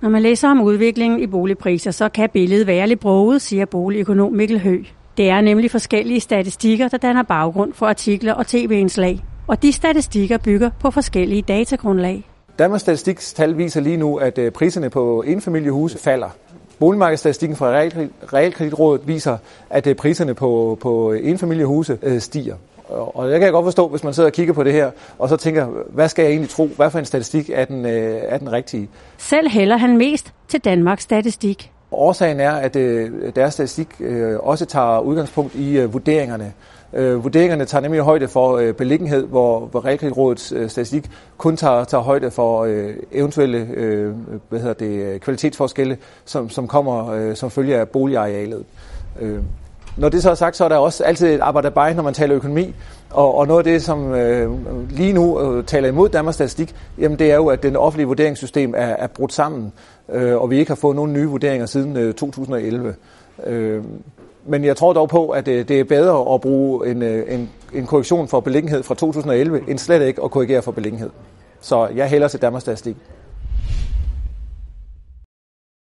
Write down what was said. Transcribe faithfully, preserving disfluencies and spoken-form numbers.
Når man læser om udviklingen i boligpriser, så kan billedet være lidt broget, siger boligøkonom Mikkel Høgh. Det er nemlig forskellige statistikker, der danner baggrund for artikler og tv-indslag. Og de statistikker bygger på forskellige datagrundlag. Danmarks Statistiks tal viser lige nu, at priserne på enfamiliehuse falder. Boligmarkedsstatistikken fra Realkreditrådet viser, at priserne på, på enfamiliehuse stiger. Og det kan jeg godt forstå, hvis man sidder og kigger på det her, og så tænker, hvad skal jeg egentlig tro? Hvad for en statistik er den, er den rigtige? Selv hælder han mest til Danmarks Statistik. Årsagen er, at deres statistik også tager udgangspunkt i vurderingerne. Vurderingerne tager nemlig højde for beliggenhed, hvor Realkreditrådets statistik kun tager, tager højde for eventuelle hvad hedder det, kvalitetsforskelle, som, som kommer som følge af boligarealet. Når det så er sagt, så er der også altid et arbejde, når man taler økonomi, og, og noget af det, som øh, lige nu øh, taler imod Danmarks Statistik, jamen det er jo, at det offentlige vurderingssystem er, er brudt sammen, øh, og vi ikke har fået nogen nye vurderinger siden øh, to tusind og elleve. Øh, men jeg tror dog på, at det, det er bedre at bruge en, en, en korrektion for beliggenhed fra to tusind og elleve, end slet ikke at korrigere for beliggenhed. Så jeg hælder til Danmarks Statistik.